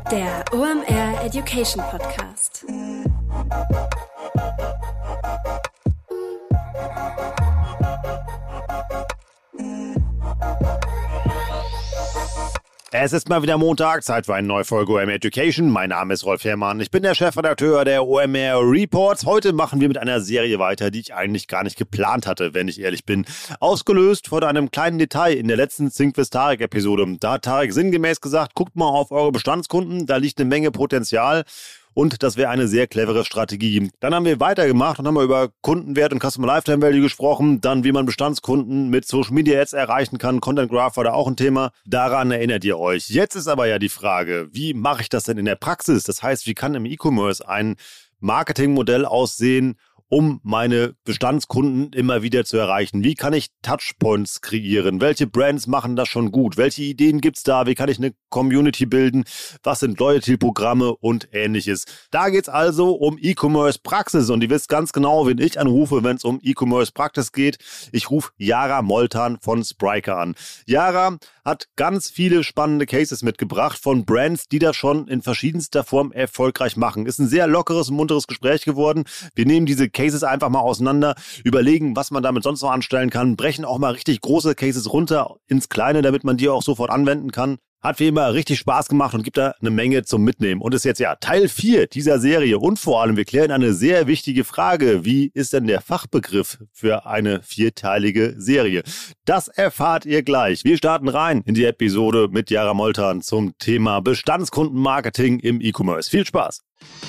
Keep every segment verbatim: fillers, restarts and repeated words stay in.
Der O M R Education Podcast. Es ist mal wieder Montag, Zeit für eine neue Folge O M R Education. Mein Name ist Rolf Herrmann, ich bin der Chefredakteur der O M R Reports. Heute machen wir mit einer Serie weiter, die ich eigentlich gar nicht geplant hatte, wenn ich ehrlich bin. Ausgelöst von einem kleinen Detail in der letzten Think with Tarek-Episode. Da hat Tarek sinngemäß gesagt, guckt mal auf eure Bestandskunden, da liegt eine Menge Potenzial. Und das wäre eine sehr clevere Strategie. Dann haben wir weitergemacht und haben wir über Kundenwert und Customer Lifetime Value gesprochen. Dann, wie man Bestandskunden mit Social Media Ads erreichen kann. Content Graph war da auch ein Thema. Daran erinnert ihr euch. Jetzt ist aber ja die Frage, wie mache ich das denn in der Praxis? Das heißt, wie kann im E-Commerce ein Marketingmodell aussehen, um meine Bestandskunden immer wieder zu erreichen? Wie kann ich Touchpoints kreieren? Welche Brands machen das schon gut? Welche Ideen gibt's da? Wie kann ich eine Community bilden? Was sind Loyalty-Programme und Ähnliches? Da geht's also um E-Commerce-Praxis und ihr wisst ganz genau, wen ich anrufe, wenn es um E-Commerce-Praxis geht. Ich rufe Yara Moltan von Spryker an. Yara hat ganz viele spannende Cases mitgebracht von Brands, die das schon in verschiedenster Form erfolgreich machen. Ist ein sehr lockeres und munteres Gespräch geworden. Wir nehmen diese Cases einfach mal auseinander, überlegen, was man damit sonst noch anstellen kann, brechen auch mal richtig große Cases runter ins Kleine, damit man die auch sofort anwenden kann. Hat wie immer richtig Spaß gemacht und gibt da eine Menge zum Mitnehmen. Und ist jetzt ja Teil vier dieser Serie. Und vor allem, wir klären eine sehr wichtige Frage. Wie ist denn der Fachbegriff für eine vierteilige Serie? Das erfahrt ihr gleich. Wir starten rein in die Episode mit Yara Moltan zum Thema Bestandskundenmarketing im E-Commerce. Viel Spaß!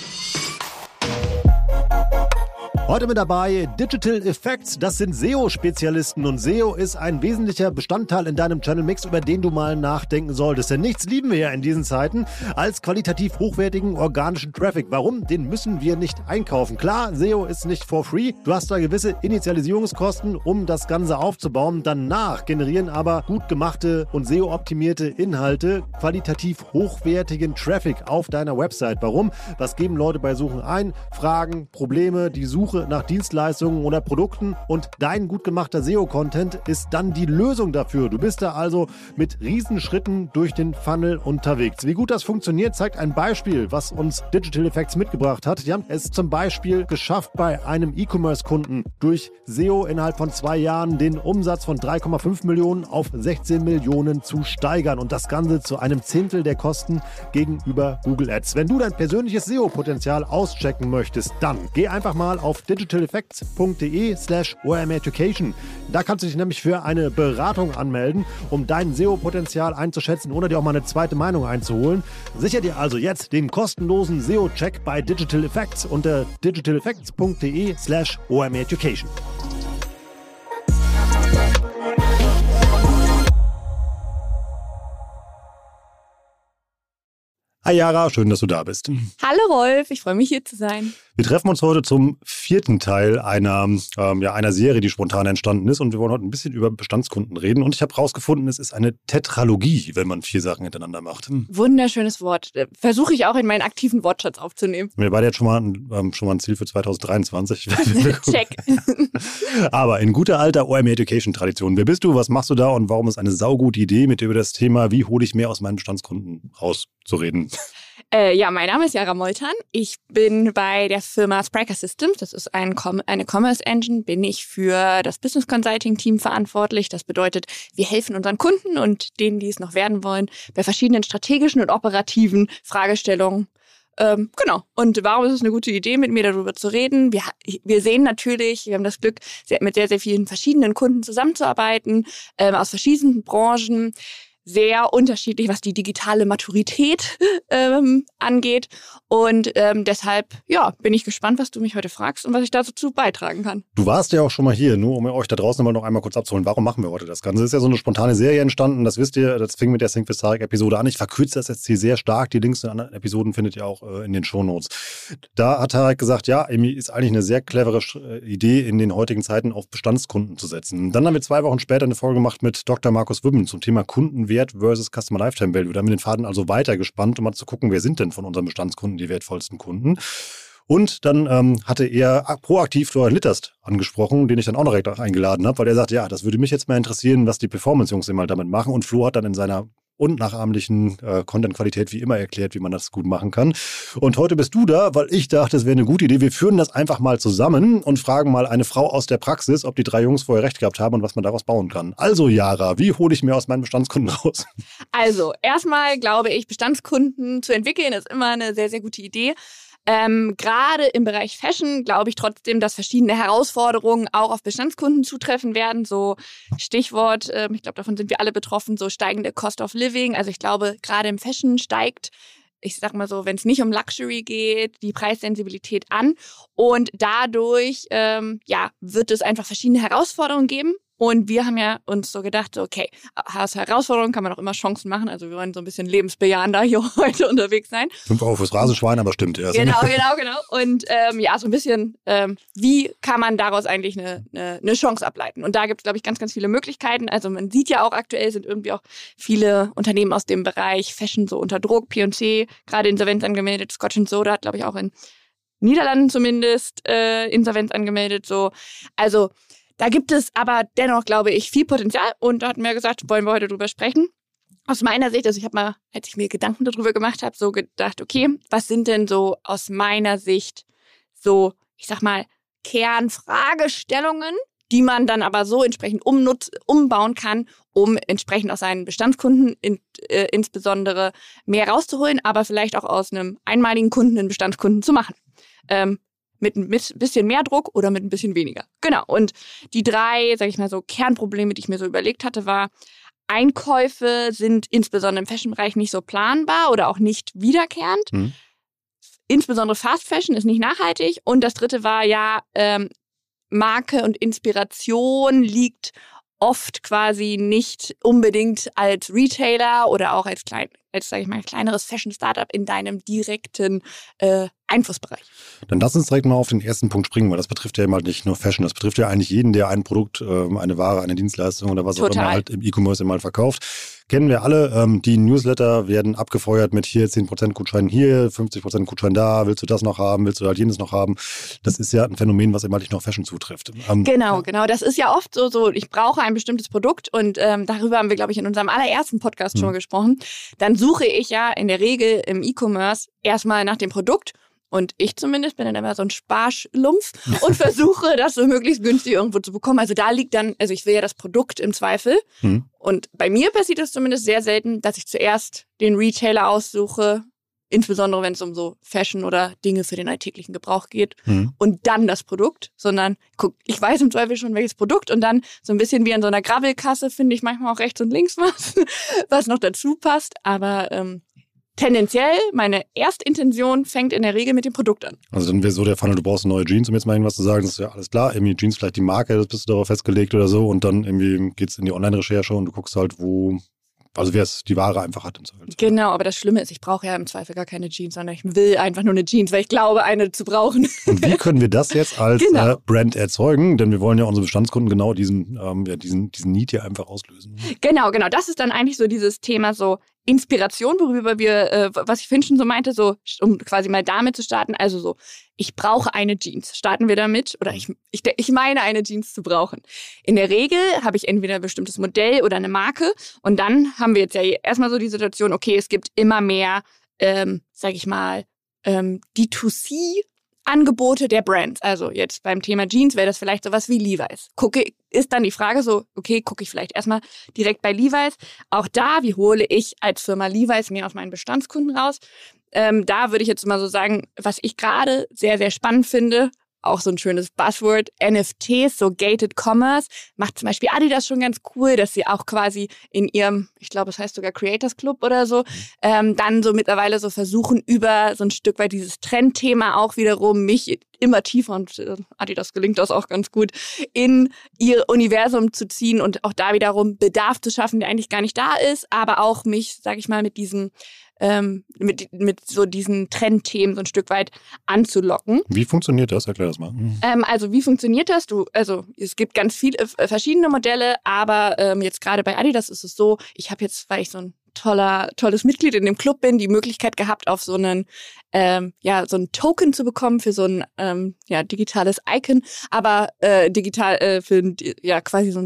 Heute mit dabei Digital Effects, das sind S E O-Spezialisten und S E O ist ein wesentlicher Bestandteil in deinem Channel-Mix, über den du mal nachdenken solltest. Denn nichts lieben wir ja in diesen Zeiten als qualitativ hochwertigen organischen Traffic. Warum? Den müssen wir nicht einkaufen. Klar, S E O ist nicht for free. Du hast da gewisse Initialisierungskosten, um das Ganze aufzubauen. Danach generieren aber gut gemachte und S E O-optimierte Inhalte qualitativ hochwertigen Traffic auf deiner Website. Warum? Was geben Leute bei Suchen ein? Fragen, Probleme, die Suche nach Dienstleistungen oder Produkten und dein gut gemachter S E O-Content ist dann die Lösung dafür. Du bist da also mit Riesenschritten durch den Funnel unterwegs. Wie gut das funktioniert, zeigt ein Beispiel, was uns Digital Effects mitgebracht hat. Die haben es zum Beispiel geschafft, bei einem E-Commerce-Kunden durch S E O innerhalb von zwei Jahren den Umsatz von drei Komma fünf Millionen auf sechzehn Millionen zu steigern und das Ganze zu einem Zehntel der Kosten gegenüber Google Ads. Wenn du dein persönliches S E O-Potenzial auschecken möchtest, dann geh einfach mal auf digitaleffects.de slash omreducation. Da kannst du dich nämlich für eine Beratung anmelden, um dein S E O-Potenzial einzuschätzen oder dir auch mal eine zweite Meinung einzuholen. Sicher dir also jetzt den kostenlosen S E O-Check bei Digital Effects unter digitaleffects.de slash omreducation. Hi Yara, schön, dass du da bist. Hallo Rolf, ich freue mich hier zu sein. Wir treffen uns heute zum vierten Teil einer, ähm, ja, einer Serie, die spontan entstanden ist und wir wollen heute ein bisschen über Bestandskunden reden und ich habe herausgefunden, es ist eine Tetralogie, wenn man vier Sachen hintereinander macht. Wunderschönes Wort. Versuche ich auch in meinen aktiven Wortschatz aufzunehmen. Wir beide jetzt schon mal, ähm, schon mal ein Ziel für zwanzig dreiundzwanzig. Check. Aber in guter alter O M R Education Tradition, wer bist du, was machst du da und warum ist eine saugute Idee, mit dir über das Thema, wie hole ich mehr aus meinen Bestandskunden rauszureden? Äh, ja, mein Name ist Yara Moltan. Ich bin bei der Firma Spryker Systems. Das ist ein Com- eine Commerce Engine. Bin ich für das Business Consulting Team verantwortlich. Das bedeutet, wir helfen unseren Kunden und denen, die es noch werden wollen, bei verschiedenen strategischen und operativen Fragestellungen. Ähm, genau. Und warum ist es eine gute Idee, mit mir darüber zu reden? Wir, wir sehen natürlich, wir haben das Glück, sehr, mit sehr, sehr vielen verschiedenen Kunden zusammenzuarbeiten, ähm, aus verschiedenen Branchen. Sehr unterschiedlich, was die digitale Maturität ähm, angeht. Und ähm, deshalb, ja, bin ich gespannt, was du mich heute fragst und was ich dazu beitragen kann. Du warst ja auch schon mal hier, nur um euch da draußen mal noch einmal kurz abzuholen. Warum machen wir heute das Ganze? Es ist ja so eine spontane Serie entstanden, das wisst ihr, das fing mit der Think with Tarek-Episode an. Ich verkürze das jetzt hier sehr stark. Die Links zu den anderen Episoden findet ihr auch äh, in den Shownotes. Da hat Tarek gesagt, ja, Amy, ist eigentlich eine sehr clevere Idee, in den heutigen Zeiten auf Bestandskunden zu setzen. Dann haben wir zwei Wochen später eine Folge gemacht mit Doktor Markus Wübben zum Thema Kundenwert versus Customer Lifetime Value. Da haben wir den Faden also weitergespannt, um mal zu gucken, wer sind denn von unseren Bestandskunden die wertvollsten Kunden. Und dann ähm, hatte er proaktiv Florian Litterst angesprochen, den ich dann auch noch direkt eingeladen habe, weil er sagt, ja, das würde mich jetzt mal interessieren, was die Performance-Jungs immer damit machen. Und Flo hat dann in seiner und nachahmlichen äh, Content-Qualität wie immer erklärt, wie man das gut machen kann. Und heute bist du da, weil ich dachte, es wäre eine gute Idee. Wir führen das einfach mal zusammen und fragen mal eine Frau aus der Praxis, ob die drei Jungs vorher recht gehabt haben und was man daraus bauen kann. Also Yara, wie hole ich mir aus meinen Bestandskunden raus? Also erstmal glaube ich, Bestandskunden zu entwickeln ist immer eine sehr, sehr gute Idee. Ähm, gerade im Bereich Fashion glaube ich trotzdem, dass verschiedene Herausforderungen auch auf Bestandskunden zutreffen werden. So Stichwort, ähm, ich glaube, davon sind wir alle betroffen, so steigende Cost of Living. Also ich glaube, gerade im Fashion steigt, ich sag mal so, wenn es nicht um Luxury geht, die Preissensibilität an. Und dadurch ähm, ja, wird es einfach verschiedene Herausforderungen geben. Und wir haben ja uns so gedacht, so, okay, aus Herausforderungen kann man auch immer Chancen machen. Also wir wollen so ein bisschen lebensbejahender hier heute unterwegs sein. Fünf Euro fürs Rasenschwein, aber stimmt. Ja. Genau, genau, genau. Und ähm, ja, so ein bisschen, ähm, wie kann man daraus eigentlich eine, eine, eine Chance ableiten? Und da gibt es, glaube ich, ganz, ganz viele Möglichkeiten. Also man sieht ja auch aktuell sind irgendwie auch viele Unternehmen aus dem Bereich Fashion so unter Druck. P und C, gerade Insolvenz angemeldet. Scotch and Soda hat, glaube ich, auch in Niederlanden zumindest äh, Insolvenz angemeldet. So, also da gibt es aber dennoch, glaube ich, viel Potenzial. Und da hatten wir gesagt, wollen wir heute drüber sprechen. Aus meiner Sicht, also ich habe mal, als ich mir Gedanken darüber gemacht habe, so gedacht, okay, was sind denn so aus meiner Sicht so, ich sag mal, Kernfragestellungen, die man dann aber so entsprechend umnutz, umbauen kann, um entsprechend aus seinen Bestandskunden in, äh, insbesondere mehr rauszuholen, aber vielleicht auch aus einem einmaligen Kunden einen Bestandskunden zu machen. Ähm, Mit ein bisschen mehr Druck oder mit ein bisschen weniger. Genau. Und die drei, sag ich mal so, Kernprobleme, die ich mir so überlegt hatte, war, Einkäufe sind insbesondere im Fashion-Bereich nicht so planbar oder auch nicht wiederkehrend. Mhm. Insbesondere Fast Fashion ist nicht nachhaltig. Und das dritte war ja, ähm, Marke und Inspiration liegt oft quasi nicht unbedingt als Retailer oder auch als klein, als, sage ich mal, kleineres Fashion-Startup in deinem direkten äh, Einflussbereich. Dann lass uns direkt mal auf den ersten Punkt springen, weil das betrifft ja immer nicht nur Fashion, das betrifft ja eigentlich jeden, der ein Produkt, äh, eine Ware, eine Dienstleistung oder was Total. auch immer halt im E-Commerce immer verkauft. Kennen wir alle, ähm, die Newsletter werden abgefeuert mit hier zehn Prozent Gutschein hier, fünfzig Prozent Gutschein da, willst du das noch haben, willst du halt jenes noch haben. Das ist ja ein Phänomen, was immer nicht nur Fashion zutrifft. Ähm, genau, ja. genau. Das ist ja oft so, so ich brauche ein bestimmtes Produkt und ähm, darüber haben wir, glaube ich, in unserem allerersten Podcast mhm. schon mal gesprochen. Dann suche ich ja in der Regel im E-Commerce erstmal nach dem Produkt. Und ich zumindest bin dann immer so ein Sparschlumpf und versuche, das so möglichst günstig irgendwo zu bekommen. Also da liegt dann, also ich will ja das Produkt im Zweifel. Mhm. Und bei mir passiert es zumindest sehr selten, dass ich zuerst den Retailer aussuche, insbesondere wenn es um so Fashion oder Dinge für den alltäglichen Gebrauch geht, mhm. und dann das Produkt, sondern guck, ich weiß im Zweifel schon, welches Produkt und dann so ein bisschen wie an so einer Grabbelkasse finde ich manchmal auch rechts und links was, was noch dazu passt. Aber ähm, tendenziell, meine Erstintention fängt in der Regel mit dem Produkt an. Also dann wäre so der Fall, du brauchst eine neue Jeans, um jetzt mal irgendwas zu sagen, das ist ja alles klar, irgendwie Jeans, vielleicht die Marke, das bist du darauf festgelegt oder so und dann irgendwie geht's in die Online-Recherche und du guckst halt, wo, also wer es die Ware einfach hat. Und so. Genau, aber das Schlimme ist, ich brauche ja im Zweifel gar keine Jeans, sondern ich will einfach nur eine Jeans, weil ich glaube, eine zu brauchen. Und wie können wir das jetzt als genau. äh, Brand erzeugen? Denn wir wollen ja unsere Bestandskunden genau diesen, ähm, ja, diesen, diesen Need hier einfach auslösen. Genau, genau. Das ist dann eigentlich so dieses Thema so Inspiration, worüber wir, äh, was ich vorhin schon so meinte, so um quasi mal damit zu starten. Also so, ich brauche eine Jeans. Starten wir damit? Oder ich, ich, ich meine, eine Jeans zu brauchen. In der Regel habe ich entweder ein bestimmtes Modell oder eine Marke. Und dann haben wir jetzt ja erstmal so die Situation, okay, es gibt immer mehr, ähm, sag ich mal, ähm, D zwei C Angebote der Brands. Also jetzt beim Thema Jeans wäre das vielleicht sowas wie Levi's. Gucke, ist dann die Frage so, okay, gucke ich vielleicht erstmal direkt bei Levi's. Auch da, wie hole ich als Firma Levi's mir aus meinen Bestandskunden raus? Ähm, da würde ich jetzt mal so sagen, was ich gerade sehr, sehr spannend finde, auch so ein schönes Buzzword, N F Ts, so Gated Commerce, macht zum Beispiel Adidas schon ganz cool, dass sie auch quasi in ihrem, ich glaube, es heißt sogar Creators Club oder so, ähm, dann so mittlerweile so versuchen, über so ein Stück weit dieses Trendthema auch wiederum mich immer tiefer, und äh, Adidas gelingt das auch ganz gut, in ihr Universum zu ziehen und auch da wiederum Bedarf zu schaffen, der eigentlich gar nicht da ist, aber auch mich, sag ich mal, mit diesen Ähm, mit, mit so diesen Trendthemen so ein Stück weit anzulocken. Wie funktioniert das? Erklär das mal. Mhm. Ähm, also wie funktioniert das? Du, also es gibt ganz viele äh, verschiedene Modelle, aber ähm, jetzt gerade bei Adidas ist es so, ich habe jetzt, weil ich so ein toller, tolles Mitglied in dem Club bin, die Möglichkeit gehabt, auf so einen, ähm, ja, so einen Token zu bekommen für so ein ähm, ja, digitales Icon, aber äh, digital äh, für ja quasi so ein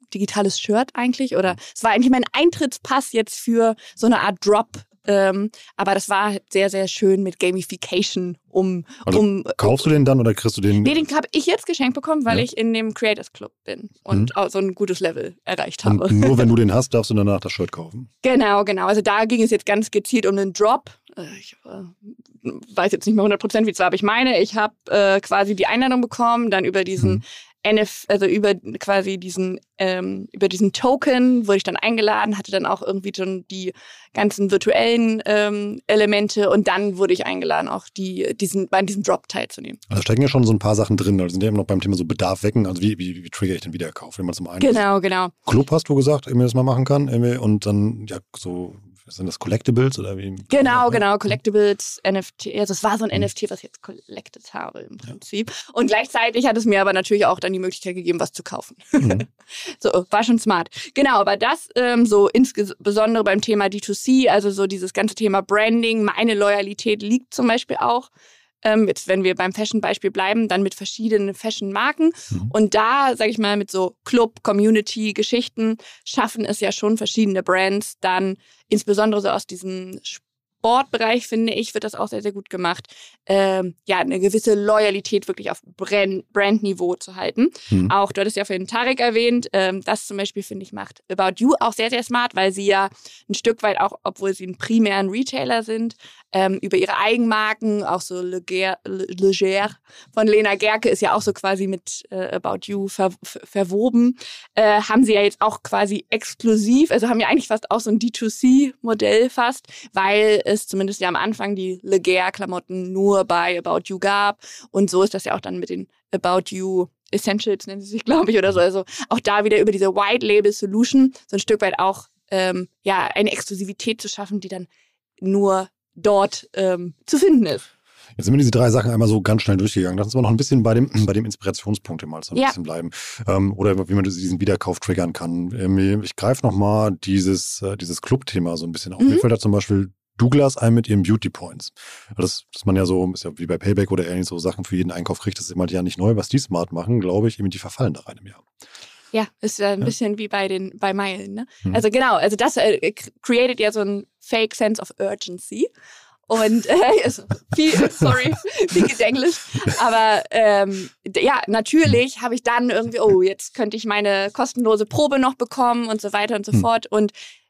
digitales Shirt eigentlich oder es war eigentlich mein Eintrittspass jetzt für so eine Art Drop. Ähm, aber das war sehr, sehr schön mit Gamification um... Also um kaufst du den dann oder kriegst du den? Nee, den habe ich jetzt geschenkt bekommen, weil ja. ich in dem Creators Club bin und mhm. auch so ein gutes Level erreicht habe. Und nur wenn du den hast, darfst du danach das Shirt kaufen? Genau, genau. Also da ging es jetzt ganz gezielt um einen Drop. Ich äh, weiß jetzt nicht mehr hundert Prozent, wie es war, aber ich meine, ich habe äh, quasi die Einladung bekommen, dann über diesen mhm. N F, also über quasi diesen, ähm, über diesen Token wurde ich dann eingeladen, hatte dann auch irgendwie schon die ganzen virtuellen ähm, Elemente und dann wurde ich eingeladen, auch die, diesen, bei diesem Drop teilzunehmen. Also da stecken ja schon so ein paar Sachen drin, also sind ja immer noch beim Thema so Bedarf wecken, also wie, wie, wie trigger ich den Wiederkauf, wenn man zum einen genau, genau. Club hast du gesagt, irgendwie das mal machen kann, irgendwie, und dann ja so... Sind das Collectibles oder wie? Genau, genau, Collectibles, N F T. Also es war so ein mhm. N F T, was ich jetzt collected habe im Prinzip. Ja. Und gleichzeitig hat es mir aber natürlich auch dann die Möglichkeit gegeben, was zu kaufen. Mhm. So, war schon smart. Genau, aber das ähm, so insbesondere beim Thema D zwei C, also so dieses ganze Thema Branding, meine Loyalität liegt zum Beispiel auch, ähm, jetzt wenn wir beim Fashion-Beispiel bleiben, dann mit verschiedenen Fashion-Marken. Mhm. Und da, sage ich mal, mit so Club, Community-Geschichten schaffen es ja schon verschiedene Brands dann, insbesondere so aus diesem Sportbereich, finde ich, wird das auch sehr, sehr gut gemacht, ähm, ja, eine gewisse Loyalität wirklich auf Brand, Brandniveau zu halten. Mhm. Auch, du hattest ja vorhin Tarek erwähnt, ähm, das zum Beispiel, finde ich, macht About You auch sehr, sehr smart, weil sie ja ein Stück weit auch, obwohl sie ein primären Retailer sind, ähm, über ihre Eigenmarken, auch so Leger, Leger von Lena Gerke ist ja auch so quasi mit äh, About You ver, ver, verwoben, äh, haben sie ja jetzt auch quasi exklusiv, also haben ja eigentlich fast auch so ein D zwei C-Modell fast, weil es zumindest ja am Anfang die Leger-Klamotten nur bei About You gab und so ist das ja auch dann mit den About You Essentials, nennen sie sich, glaube ich, oder so. Also auch da wieder über diese White-Label-Solution so ein Stück weit auch ähm, ja eine Exklusivität zu schaffen, die dann nur dort ähm, zu finden ist. Jetzt sind wir diese drei Sachen einmal so ganz schnell durchgegangen. Lass uns aber noch ein bisschen bei dem, bei dem Inspirationspunkt mal so ein ja. bisschen bleiben. Ähm, oder wie man diesen Wiederkauf triggern kann. Ähm, ich greife nochmal dieses, äh, dieses Club-Thema so ein bisschen auf. Mhm. Mir fällt da zum Beispiel Douglas ein mit ihren Beauty Points. Das, das man ja so, ist ja wie bei Payback oder ähnlich so Sachen für jeden Einkauf kriegt, das ist immer ja nicht neu. Was die smart machen, glaube ich, eben die verfallen da rein im Jahr. Ja, ist ja ein ja. bisschen wie bei den bei Meilen, ne? Mhm. Also genau, also das äh, created ja so ein Fake Sense of Urgency. Und äh, also viel, sorry, viel Englisch. Aber ähm, ja, natürlich habe ich dann irgendwie, oh, jetzt könnte ich meine kostenlose Probe noch bekommen und so weiter und so mhm. fort. Und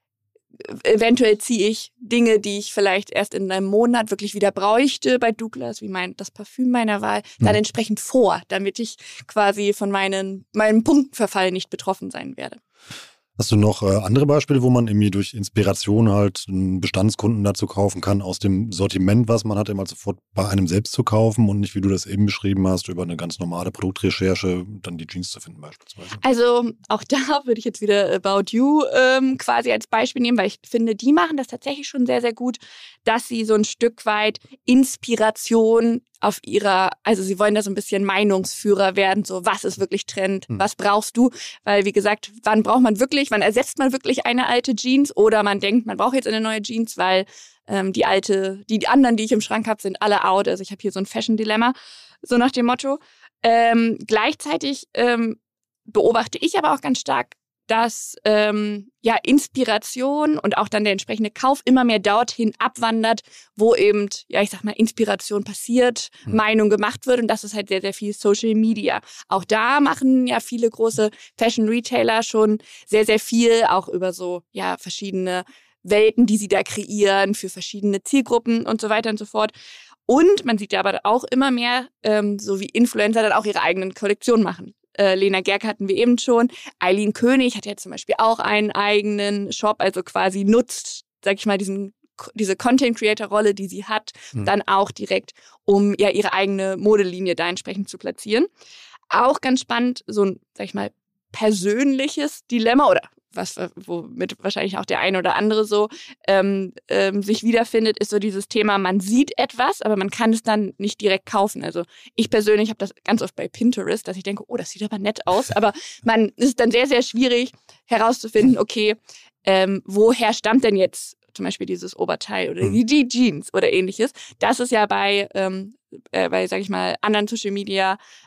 eventuell ziehe ich Dinge, die ich vielleicht erst in einem Monat wirklich wieder bräuchte bei Douglas, wie mein das Parfüm meiner Wahl, dann mhm. entsprechend vor, damit ich quasi von meinen, meinem Punktenverfall nicht betroffen sein werde. Hast du noch äh, andere Beispiele, wo man irgendwie durch Inspiration halt einen Bestandskunden dazu kaufen kann, aus dem Sortiment, was man hat, immer sofort bei einem selbst zu kaufen und nicht, wie du das eben beschrieben hast, über eine ganz normale Produktrecherche dann die Jeans zu finden beispielsweise? Also auch da würde ich jetzt wieder About You ähm, quasi als Beispiel nehmen, weil ich finde, die machen das tatsächlich schon sehr, sehr gut, dass sie so ein Stück weit Inspiration auf ihrer, also sie wollen da so ein bisschen Meinungsführer werden, so was ist wirklich Trend, hm. was brauchst du? Weil wie gesagt, wann braucht man wirklich, wann ersetzt man wirklich eine alte Jeans oder man denkt, man braucht jetzt eine neue Jeans, weil ähm, die alte, die anderen, die ich im Schrank habe, sind alle out. Also ich habe hier so ein Fashion-Dilemma, so nach dem Motto. Ähm, gleichzeitig ähm, beobachte ich aber auch ganz stark, dass ähm, ja Inspiration und auch dann der entsprechende Kauf immer mehr dorthin abwandert, wo eben, ja ich sag mal, Inspiration passiert, mhm. Meinung gemacht wird und das ist halt sehr, sehr viel Social Media. Auch da machen ja viele große Fashion-Retailer schon sehr, sehr viel, auch über so ja verschiedene Welten, die sie da kreieren für verschiedene Zielgruppen und so weiter und so fort. Und man sieht ja aber auch immer mehr, ähm, so wie Influencer dann auch ihre eigenen Kollektionen machen. Äh, Lena Gerke hatten wir eben schon. Eileen König hat ja zum Beispiel auch einen eigenen Shop, also quasi nutzt, sag ich mal, diesen, diese Content-Creator-Rolle, die sie hat, mhm. dann auch direkt, um ja ihre eigene Modelinie da entsprechend zu platzieren. Auch ganz spannend, so ein, sag ich mal, persönliches Dilemma oder was, womit wahrscheinlich auch der eine oder andere so ähm, ähm, sich wiederfindet, ist so dieses Thema, man sieht etwas, aber man kann es dann nicht direkt kaufen. Also ich persönlich habe das ganz oft bei Pinterest, dass ich denke, oh, das sieht aber nett aus, aber man es ist dann sehr, sehr schwierig herauszufinden, okay, ähm, woher stammt denn jetzt zum Beispiel dieses Oberteil oder die, die Jeans oder ähnliches. Das ist ja bei, ähm, äh, bei, sag ich mal, anderen Social Media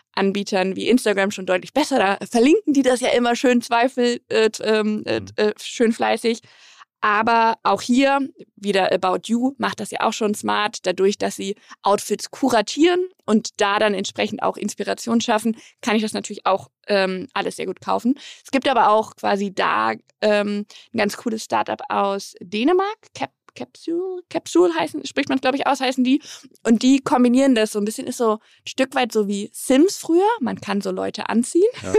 Anbietern wie Instagram schon deutlich besser. Da verlinken die das ja immer schön zweifel, äh, äh, äh, schön fleißig. Aber auch hier, wieder About You, macht das ja auch schon smart, dadurch, dass sie Outfits kuratieren und da dann entsprechend auch Inspiration schaffen, kann ich das natürlich auch ähm, alles sehr gut kaufen. Es gibt aber auch quasi da ähm, ein ganz cooles Startup aus Dänemark, Cap Capsule, Capsule heißen, spricht man, glaube ich, aus, heißen die. Und die kombinieren das so ein bisschen, ist so ein Stück weit so wie Sims früher. Man kann so Leute anziehen. Ja.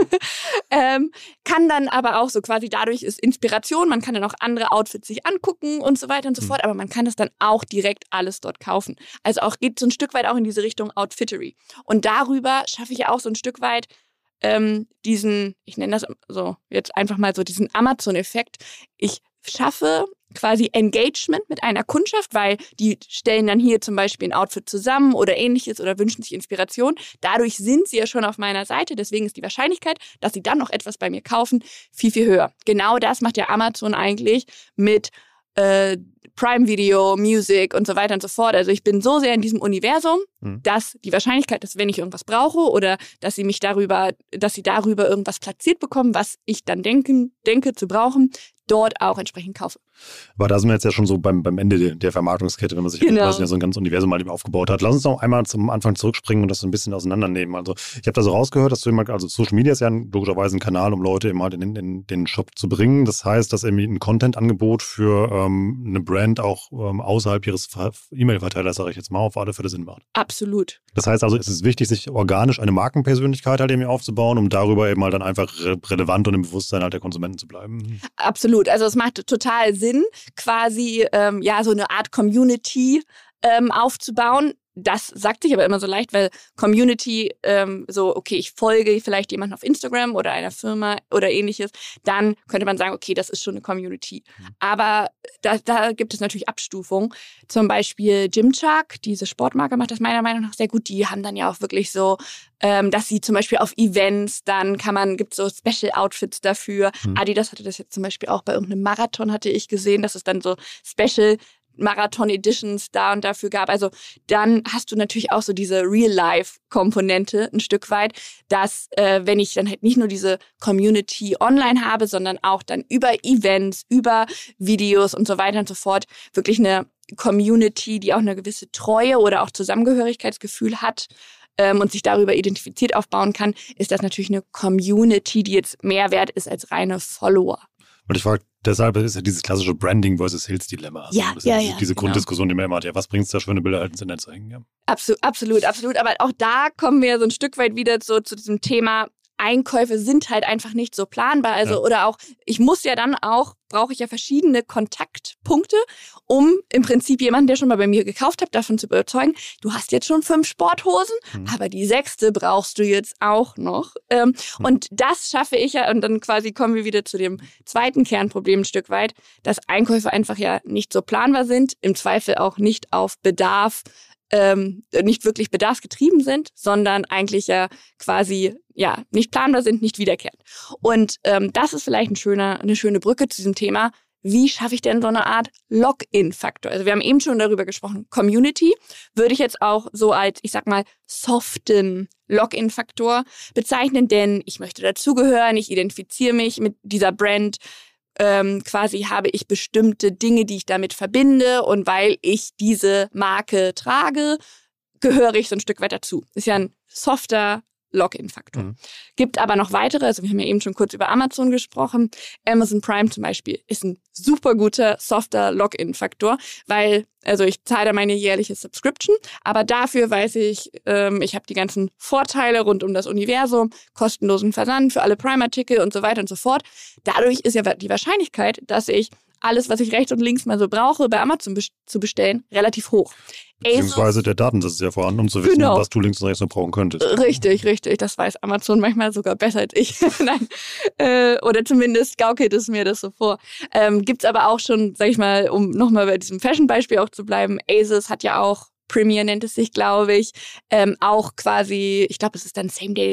ähm, kann dann aber auch so quasi, dadurch ist Inspiration, man kann dann auch andere Outfits sich angucken und so weiter und so mhm. fort. Aber man kann das dann auch direkt alles dort kaufen. Also auch geht so ein Stück weit auch in diese Richtung Outfittery. Und darüber schaffe ich ja auch so ein Stück weit ähm, diesen, ich nenne das so jetzt einfach mal so diesen Amazon-Effekt. Ich schaffe quasi Engagement mit einer Kundschaft, weil die stellen dann hier zum Beispiel ein Outfit zusammen oder ähnliches oder wünschen sich Inspiration. Dadurch sind sie ja schon auf meiner Seite, deswegen ist die Wahrscheinlichkeit, dass sie dann noch etwas bei mir kaufen, viel, viel höher. Genau das macht ja Amazon eigentlich mit äh, Prime Video, Music und so weiter und so fort. Also ich bin so sehr in diesem Universum, mhm. dass die Wahrscheinlichkeit, dass wenn ich irgendwas brauche oder dass sie mich darüber, dass sie darüber irgendwas platziert bekommen, was ich dann denken, denke zu brauchen, dort auch entsprechend kaufe. Aber da sind wir jetzt ja schon so beim, beim Ende der Vermarktungskette, wenn man sich genau. quasi so ein ganz Universum mal eben aufgebaut hat. Lass uns noch einmal zum Anfang zurückspringen und das so ein bisschen auseinandernehmen. Also ich habe da so rausgehört, dass du immer, also Social Media ist ja ein, logischerweise ein Kanal, um Leute immer halt in, in den Shop zu bringen. Das heißt, dass irgendwie ein Content-Angebot für ähm, eine Brand auch ähm, außerhalb ihres E-Mail-Verteilers, sage ich jetzt mal, auf alle Fälle Sinn macht. Absolut. Das heißt also, es ist wichtig, sich organisch eine Markenpersönlichkeit halt eben aufzubauen, um darüber eben halt dann einfach re- relevant und im Bewusstsein halt der Konsumenten zu bleiben. Absolut. Also es macht total Sinn, quasi ähm, ja so eine Art Community ähm, aufzubauen. Das sagt sich aber immer so leicht, weil Community, ähm, so, okay, ich folge vielleicht jemandem auf Instagram oder einer Firma oder ähnliches, dann könnte man sagen, okay, das ist schon eine Community. Mhm. Aber da, da gibt es natürlich Abstufungen. Zum Beispiel Gymshark, diese Sportmarke, macht das meiner Meinung nach sehr gut. Die haben dann ja auch wirklich so, ähm, dass sie zum Beispiel auf Events, dann kann man, gibt so Special Outfits dafür. Mhm. Adidas hatte das jetzt zum Beispiel auch bei irgendeinem Marathon, hatte ich gesehen, dass es dann so Special Marathon-Editions da und dafür gab. Also dann hast du natürlich auch so diese Real-Life-Komponente ein Stück weit, dass äh, wenn ich dann halt nicht nur diese Community online habe, sondern auch dann über Events, über Videos und so weiter und so fort wirklich eine Community, die auch eine gewisse Treue oder auch Zusammengehörigkeitsgefühl hat ähm, und sich darüber identifiziert aufbauen kann, ist das natürlich eine Community, die jetzt mehr wert ist als reine Follower. Und ich frage, deshalb ist ja dieses klassische Branding versus Sales-Dilemma. Also ja, das ja, ist diese, ja, diese genau. Grunddiskussion, die man immer hat. Ja, was bringt es da, schöne Bilder halt ins Internet zu hängen? Ja. Absolut, absolut, absolut. Aber auch da kommen wir so ein Stück weit wieder so zu diesem Thema, Einkäufe sind halt einfach nicht so planbar. Also, ja. oder auch, ich muss ja dann auch, brauche ich ja verschiedene Kontaktpunkte, um im Prinzip jemanden, der schon mal bei mir gekauft hat, davon zu überzeugen, du hast jetzt schon fünf Sporthosen, hm. aber die sechste brauchst du jetzt auch noch. Ähm, hm. Und das schaffe ich ja, und dann quasi kommen wir wieder zu dem zweiten Kernproblem ein Stück weit, dass Einkäufe einfach ja nicht so planbar sind, im Zweifel auch nicht auf Bedarf, ähm, nicht wirklich bedarfsgetrieben sind, sondern eigentlich ja quasi ja nicht planbar sind, nicht wiederkehrend. Und ähm, das ist vielleicht ein schöner, eine schöne Brücke zu diesem Thema. Wie schaffe ich denn so eine Art Login-Faktor? Also wir haben eben schon darüber gesprochen. Community würde ich jetzt auch so als, ich sag mal, soften Login-Faktor bezeichnen, denn ich möchte dazugehören, ich identifiziere mich mit dieser Brand. Ähm, quasi habe ich bestimmte Dinge, die ich damit verbinde, und weil ich diese Marke trage, gehöre ich so ein Stück weit dazu. Ist ja ein softer Login-Faktor. Mhm. Gibt aber noch weitere, also wir haben ja eben schon kurz über Amazon gesprochen. Amazon Prime zum Beispiel ist ein super guter, softer Login-Faktor, weil, also ich zahle da meine jährliche Subscription, aber dafür weiß ich, ähm, ich habe die ganzen Vorteile rund um das Universum, kostenlosen Versand für alle Prime-Artikel und so weiter und so fort. Dadurch ist ja die Wahrscheinlichkeit, dass ich alles, was ich rechts und links mal so brauche, bei Amazon be- zu bestellen, relativ hoch. Beziehungsweise ASOS, der Datensatz ist ja vorhanden, um zu wissen, genau. was du links und rechts noch brauchen könntest. Richtig, richtig. Das weiß Amazon manchmal sogar besser als ich. Nein. Äh, oder zumindest gaukelt es mir das so vor. Ähm, gibt's aber auch schon, sag ich mal, um nochmal bei diesem Fashion-Beispiel auch zu bleiben, ASOS hat ja auch, Premier nennt es sich, glaube ich, ähm, auch quasi, ich glaube, es ist dann Same-Day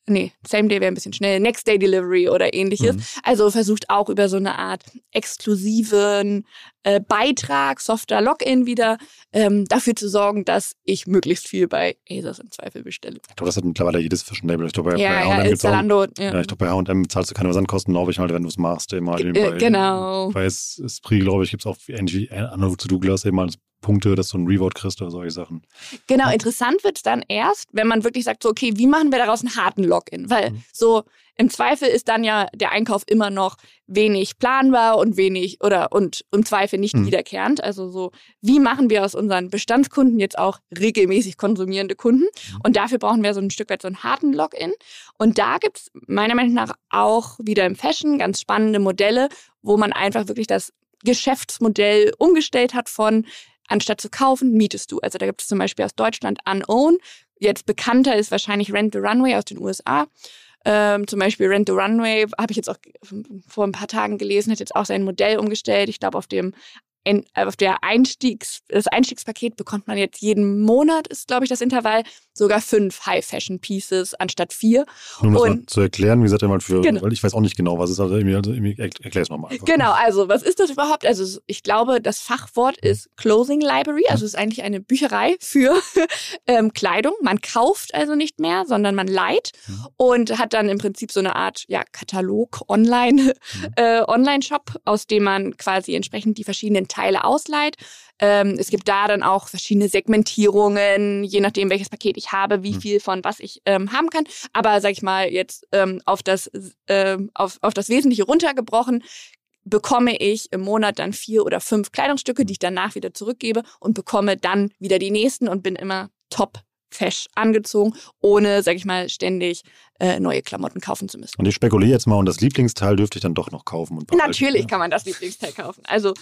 nee, Same Day wäre ein bisschen schnell, Next Day Delivery oder ähnliches. Mhm. Also versucht auch über so eine Art exklusiven äh, Beitrag, softer Login wieder, ähm, dafür zu sorgen, dass ich möglichst viel bei ASOS im Zweifel bestelle. Ich glaube, das hat mittlerweile jedes Fashion-Label. Ich glaube, bei, ja, bei ja, H und M gibt's Zalando. Auch, ja. ja, ich glaube, bei H und M zahlst du keine Versandkosten, glaube ich, halt, wenn du es machst. Eben halt, äh, bei, genau. Bei Esprit, glaube ich, gibt es auch ähnlich wie Analogue zu Douglas eben als Punkte, dass du ein Reward kriegst oder solche Sachen. Genau, ja. Interessant wird es dann erst, wenn man wirklich sagt, so, okay, wie machen wir daraus einen harten Login? Weil mhm. so im Zweifel ist dann ja der Einkauf immer noch wenig planbar und wenig oder und im Zweifel nicht mhm. wiederkehrend. Also so, wie machen wir aus unseren Bestandskunden jetzt auch regelmäßig konsumierende Kunden? Mhm. Und dafür brauchen wir so ein Stück weit so einen harten Login. Und da gibt es meiner Meinung nach auch wieder im Fashion ganz spannende Modelle, wo man einfach wirklich das Geschäftsmodell umgestellt hat von anstatt zu kaufen, mietest du. Also da gibt es zum Beispiel aus Deutschland Unown. Jetzt bekannter ist wahrscheinlich Rent the Runway aus den U S A. Ähm, zum Beispiel Rent the Runway, habe ich jetzt auch vor ein paar Tagen gelesen, hat jetzt auch sein Modell umgestellt. Ich glaube, auf dem auf der Einstiegs, das Einstiegspaket bekommt man jetzt jeden Monat, ist glaube ich das Intervall, sogar fünf High-Fashion-Pieces anstatt vier. Nur um das mal zu erklären, wie gesagt, mal für, genau. weil ich weiß auch nicht genau, was es ist, also irgendwie, also irgendwie erklär es nochmal einfach. Genau, also was ist das überhaupt? Also ich glaube, das Fachwort ist Clothing Library, also es ist eigentlich eine Bücherei für ähm, Kleidung. Man kauft also nicht mehr, sondern man leiht mhm. und hat dann im Prinzip so eine Art ja, Katalog online, mhm. äh, Online-Shop, aus dem man quasi entsprechend die verschiedenen Teile ausleiht. Ähm, es gibt da dann auch verschiedene Segmentierungen, je nachdem, welches Paket ich habe, wie viel von was ich ähm, haben kann. Aber sag ich mal, jetzt ähm, auf das, äh, auf, auf das Wesentliche runtergebrochen, bekomme ich im Monat dann vier oder fünf Kleidungsstücke, die ich danach wieder zurückgebe und bekomme dann wieder die nächsten und bin immer top fesch angezogen, ohne, sag ich mal, ständig äh, neue Klamotten kaufen zu müssen. Und ich spekuliere jetzt mal, und das Lieblingsteil dürfte ich dann doch noch kaufen. Und Natürlich kann man das Lieblingsteil kaufen. Also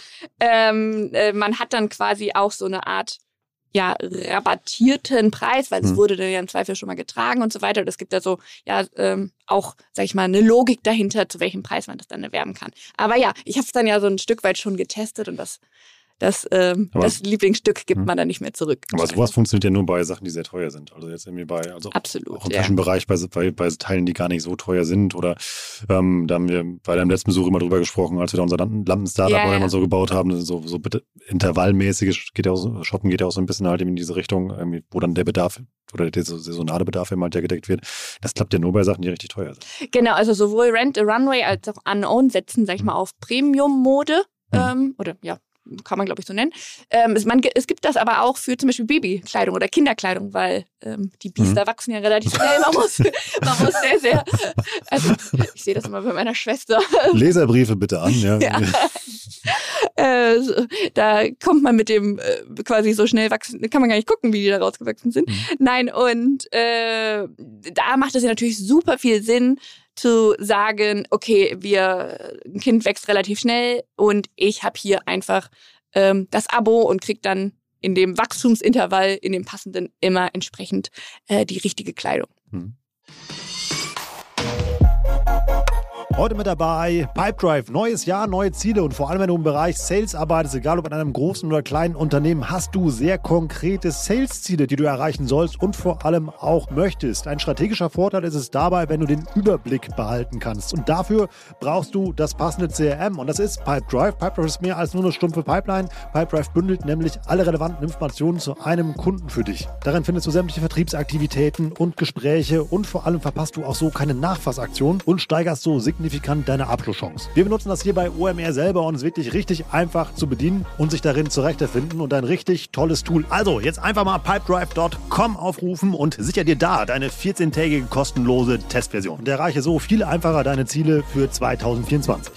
ähm, äh, man hat dann quasi auch so eine Art ja, rabattierten Preis, weil es hm. wurde dann ja im Zweifel schon mal getragen und so weiter. Und es gibt da so, ja, ähm, auch, sag ich mal, eine Logik dahinter, zu welchem Preis man das dann erwerben kann. Aber ja, ich habe es dann ja so ein Stück weit schon getestet und das Das, ähm, aber, das Lieblingsstück gibt man dann nicht mehr zurück. Aber sowas funktioniert ja nur bei Sachen, die sehr teuer sind. Also jetzt irgendwie bei, also Absolut, auch im ja. Fashion-Bereich bei, bei, bei Teilen, die gar nicht so teuer sind. Oder ähm, da haben wir bei deinem letzten Besuch immer drüber gesprochen, als wir da unser Lampen-Startup ja, ja. mal so gebaut haben. So, so bitte intervallmäßig geht ja auch so, Shoppen geht ja auch so ein bisschen halt in diese Richtung, irgendwie, wo dann der Bedarf oder der saisonale Bedarf eben halt ja gedeckt wird. Das klappt ja nur bei Sachen, die richtig teuer sind. Genau, also sowohl Rent a Runway als auch Unown setzen, sag ich mal, auf Premium-Mode hm. ähm, oder ja, kann man, glaube ich, so nennen. Ähm, es, man, es gibt das aber auch für zum Beispiel Babykleidung oder Kinderkleidung, weil ähm, die Biester mhm. wachsen ja relativ schnell. Man muss, man muss sehr, sehr, also ich sehe das immer bei meiner Schwester. Leserbriefe bitte an, ja. ja. äh, so, da kommt man mit dem äh, quasi so schnell wachsen, kann man gar nicht gucken, wie die da rausgewachsen sind. Mhm. Nein, und äh, da macht es ja natürlich super viel Sinn, zu sagen, okay, wir, ein Kind wächst relativ schnell und ich habe hier einfach ähm, das Abo und kriege dann in dem Wachstumsintervall, in dem passenden, immer entsprechend äh, die richtige Kleidung. Hm. Heute mit dabei Pipedrive. Neues Jahr, neue Ziele und vor allem, wenn du im Bereich Sales arbeitest, egal ob in einem großen oder kleinen Unternehmen, hast du sehr konkrete Sales-Ziele, die du erreichen sollst und vor allem auch möchtest. Ein strategischer Vorteil ist es dabei, wenn du den Überblick behalten kannst. Und dafür brauchst du das passende C R M und das ist Pipedrive. Pipedrive ist mehr als nur eine stumpfe Pipeline. Pipedrive bündelt nämlich alle relevanten Informationen zu einem Kunden für dich. Darin findest du sämtliche Vertriebsaktivitäten und Gespräche und vor allem verpasst du auch so keine Nachfassaktion und steigerst so signifikant deine Abschlusschance. Wir benutzen das hier bei O M R selber und es ist wirklich richtig einfach zu bedienen und sich darin zurechtfinden und ein richtig tolles Tool. Also jetzt einfach mal pipedrive Punkt com aufrufen und sicher dir da deine vierzehntägige kostenlose Testversion und erreiche so viel einfacher deine Ziele für zwanzig vierundzwanzig.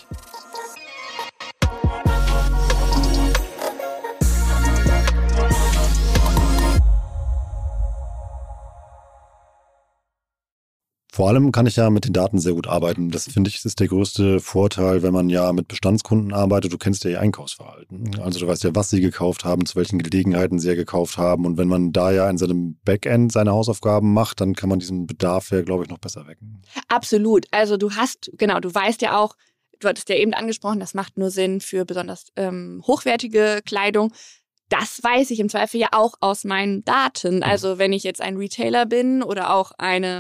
Vor allem kann ich ja mit den Daten sehr gut arbeiten. Das finde ich ist der größte Vorteil, wenn man ja mit Bestandskunden arbeitet. Du kennst ja ihr Einkaufsverhalten. Also du weißt ja, was sie gekauft haben, zu welchen Gelegenheiten sie ja gekauft haben. Und wenn man da ja in seinem Backend seine Hausaufgaben macht, dann kann man diesen Bedarf ja, glaube ich, noch besser wecken. Absolut. Also du hast, genau, du weißt ja auch, du hattest ja eben angesprochen, das macht nur Sinn für besonders ähm, hochwertige Kleidung. Das weiß ich im Zweifel ja auch aus meinen Daten. Also wenn ich jetzt ein Retailer bin oder auch eine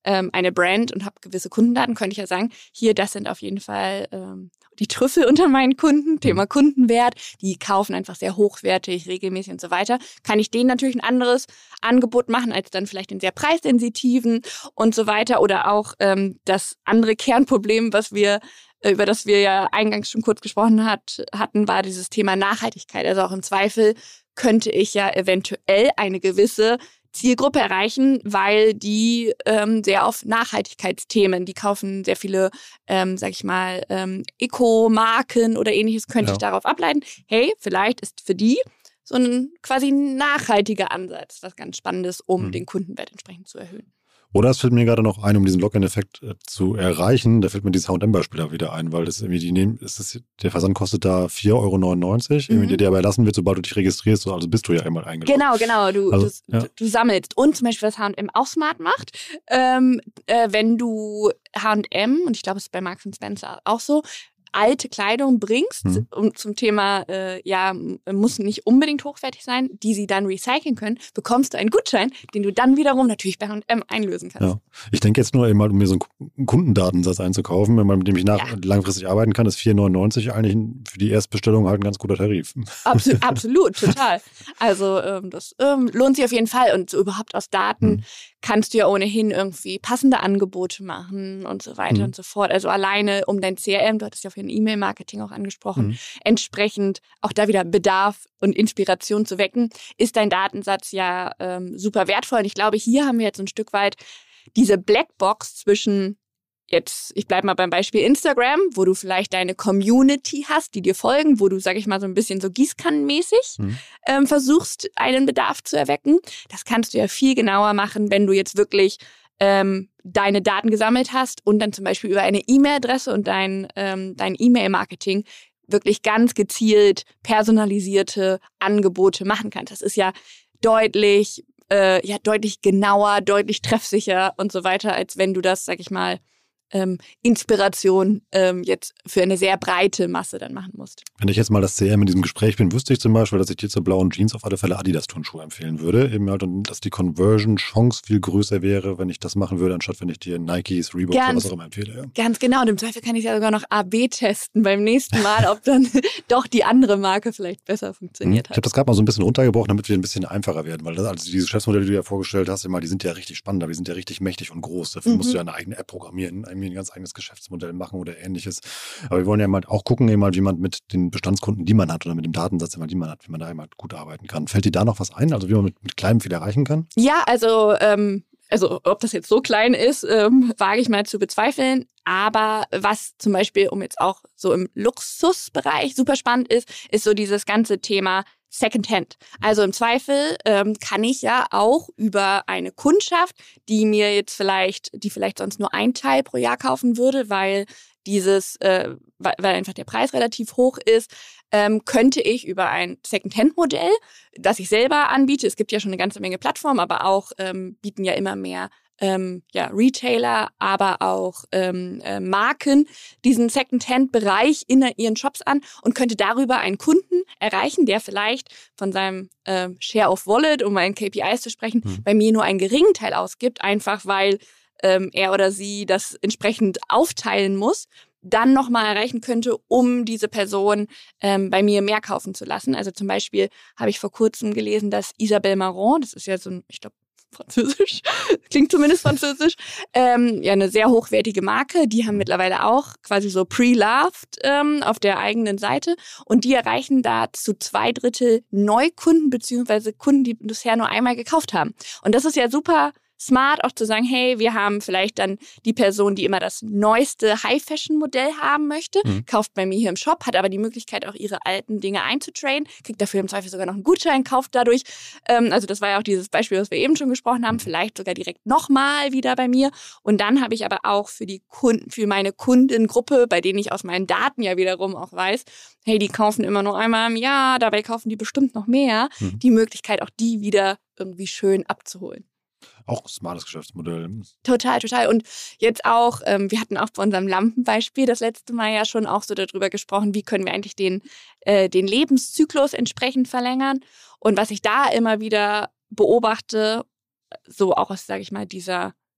ähm, eine Brand und habe gewisse Kundendaten, könnte ich ja sagen, hier, das sind auf jeden Fall ähm, die Trüffel unter meinen Kunden, Thema Kundenwert, die kaufen einfach sehr hochwertig, regelmäßig und so weiter. Kann ich denen natürlich ein anderes Angebot machen, als dann vielleicht den sehr preissensitiven und so weiter. Oder auch ähm, das andere Kernproblem, was wir über das wir ja eingangs schon kurz gesprochen hat, hatten, war dieses Thema Nachhaltigkeit. Also auch im Zweifel könnte ich ja eventuell eine gewisse Zielgruppe erreichen, weil die ähm, sehr auf Nachhaltigkeitsthemen, die kaufen sehr viele, ähm, sag ich mal, ähm, Eco-Marken oder ähnliches, könnte ja. ich darauf ableiten. Hey, vielleicht ist für die so ein quasi nachhaltiger Ansatz was ganz Spannendes, um hm. den Kundenwert entsprechend zu erhöhen. Oder es fällt mir gerade noch ein, um diesen Login-Effekt äh, zu erreichen, da fällt mir dieses H und M-Beispiel da wieder ein, weil das irgendwie die nehmen, ist das, der Versand kostet da vier Euro neunundneunzig, mhm. der dir aber erlassen wird, sobald du dich registrierst, also bist du ja einmal eingeloggt. Genau, genau, du, also, du, ja. du, du sammelst. Und zum Beispiel, was H und M auch smart macht, ähm, äh, wenn du H und M, und ich glaube, es ist bei Marks and Spencer auch so, alte Kleidung bringst, mhm. um, zum Thema, äh, ja, muss nicht unbedingt hochwertig sein, die sie dann recyceln können, bekommst du einen Gutschein, den du dann wiederum natürlich bei H und M einlösen kannst. Ja. Ich denke jetzt nur eben mal, um mir so einen Kundendatensatz einzukaufen, wenn man mit dem ich nach, ja. langfristig arbeiten kann, ist vier neunundneunzig eigentlich für die Erstbestellung halt ein ganz guter Tarif. Absolut, absolut total. Also ähm, das ähm, lohnt sich auf jeden Fall und so überhaupt aus Daten mhm. kannst du ja ohnehin irgendwie passende Angebote machen und so weiter mhm. und so fort. Also alleine um dein C R M, du hattest ja vorhin E-Mail-Marketing auch angesprochen, mhm. entsprechend auch da wieder Bedarf und Inspiration zu wecken, ist dein Datensatz ja ähm, super wertvoll. Und ich glaube, hier haben wir jetzt ein Stück weit diese Blackbox zwischen jetzt, ich bleibe mal beim Beispiel Instagram, wo du vielleicht deine Community hast, die dir folgen, wo du, sag ich mal, so ein bisschen so gießkannenmäßig mhm. ähm, versuchst, einen Bedarf zu erwecken. Das kannst du ja viel genauer machen, wenn du jetzt wirklich ähm, deine Daten gesammelt hast und dann zum Beispiel über eine E-Mail-Adresse und dein, ähm, dein E-Mail-Marketing wirklich ganz gezielt personalisierte Angebote machen kannst. Das ist ja deutlich, äh, ja, deutlich genauer, deutlich treffsicher und so weiter, als wenn du das, sag ich mal, Ähm, Inspiration ähm, jetzt für eine sehr breite Masse dann machen musst. Wenn ich jetzt mal das C R M in diesem Gespräch bin, wüsste ich zum Beispiel, dass ich dir zur blauen Jeans auf alle Fälle Adidas-Turnschuhe empfehlen würde. Eben halt, dass die Conversion-Chance viel größer wäre, wenn ich das machen würde, anstatt wenn ich dir Nikes, Reebok oder was auch immer empfehle. Ja. Ganz genau. Und im Zweifel kann ich ja sogar noch A B testen beim nächsten Mal, ob dann doch die andere Marke vielleicht besser funktioniert mhm. hat. Ich habe das gerade mal so ein bisschen runtergebrochen, damit wir ein bisschen einfacher werden, weil das, also diese Geschäftsmodelle, die du ja vorgestellt hast, immer, die sind ja richtig spannend, aber die sind ja richtig mächtig und groß. Dafür mhm. musst du ja eine eigene App programmieren, ein ganz eigenes Geschäftsmodell machen oder ähnliches. Aber wir wollen ja mal auch gucken, eben halt, wie man mit den Bestandskunden, die man hat oder mit dem Datensatz, den man hat, wie man da eben halt gut arbeiten kann. Fällt dir da noch was ein? Also wie man mit, mit kleinem viel erreichen kann? Ja, also, ähm, also ob das jetzt so klein ist, ähm, wage ich mal zu bezweifeln. Aber was zum Beispiel, um jetzt auch so im Luxusbereich super spannend ist, ist so dieses ganze Thema Secondhand. Also im Zweifel ähm, kann ich ja auch über eine Kundschaft, die mir jetzt vielleicht, die vielleicht sonst nur ein Teil pro Jahr kaufen würde, weil dieses, äh, weil, weil einfach der Preis relativ hoch ist, ähm, könnte ich über ein Secondhand-Modell, das ich selber anbiete, es gibt ja schon eine ganze Menge Plattformen, aber auch ähm, bieten ja immer mehr Ähm, ja, Retailer, aber auch ähm, äh, Marken diesen Secondhand-Bereich in ihren Shops an und könnte darüber einen Kunden erreichen, der vielleicht von seinem äh, Share of Wallet, um mal in K P Is zu sprechen, mhm. bei mir nur einen geringen Teil ausgibt, einfach weil ähm, er oder sie das entsprechend aufteilen muss, dann nochmal erreichen könnte, um diese Person ähm, bei mir mehr kaufen zu lassen. Also zum Beispiel habe ich vor kurzem gelesen, dass Isabelle Marant, das ist ja so ein, ich glaube, Französisch, klingt zumindest französisch, ähm, ja, eine sehr hochwertige Marke. Die haben mittlerweile auch quasi so pre-loved ähm, auf der eigenen Seite und die erreichen da zu zwei Drittel Neukunden beziehungsweise Kunden, die bisher nur einmal gekauft haben. Und das ist ja super smart, auch zu sagen, hey, wir haben vielleicht dann die Person, die immer das neueste High-Fashion-Modell haben möchte, mhm. kauft bei mir hier im Shop, hat aber die Möglichkeit, auch ihre alten Dinge einzutraden, kriegt dafür im Zweifel sogar noch einen Gutschein, kauft dadurch. Ähm, also das war ja auch dieses Beispiel, was wir eben schon gesprochen haben, vielleicht sogar direkt nochmal wieder bei mir. Und dann habe ich aber auch für die Kunden, für meine Kundengruppe, bei denen ich aus meinen Daten ja wiederum auch weiß, hey, die kaufen immer nur einmal im Jahr, dabei kaufen die bestimmt noch mehr, mhm. die Möglichkeit, auch die wieder irgendwie schön abzuholen. Auch ein smartes Geschäftsmodell. Total, total. Und jetzt auch, ähm, wir hatten auch bei unserem Lampenbeispiel das letzte Mal ja schon auch so darüber gesprochen, wie können wir eigentlich den, äh, den Lebenszyklus entsprechend verlängern. Und was ich da immer wieder beobachte, so auch aus, sage ich mal, dieser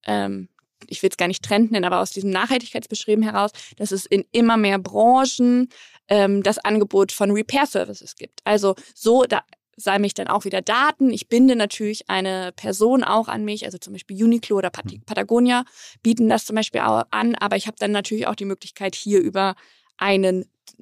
ähm, ich will es gar nicht Trend nennen, aber aus diesem Nachhaltigkeitsbestreben heraus, dass es in immer mehr Branchen ähm, das Angebot von Repair-Services gibt. Also so, da sammle ich dann auch wieder Daten. Ich binde natürlich eine Person auch an mich, also zum Beispiel Uniqlo oder Pat- Patagonia bieten das zum Beispiel auch an, aber ich habe dann natürlich auch die Möglichkeit, hier über einen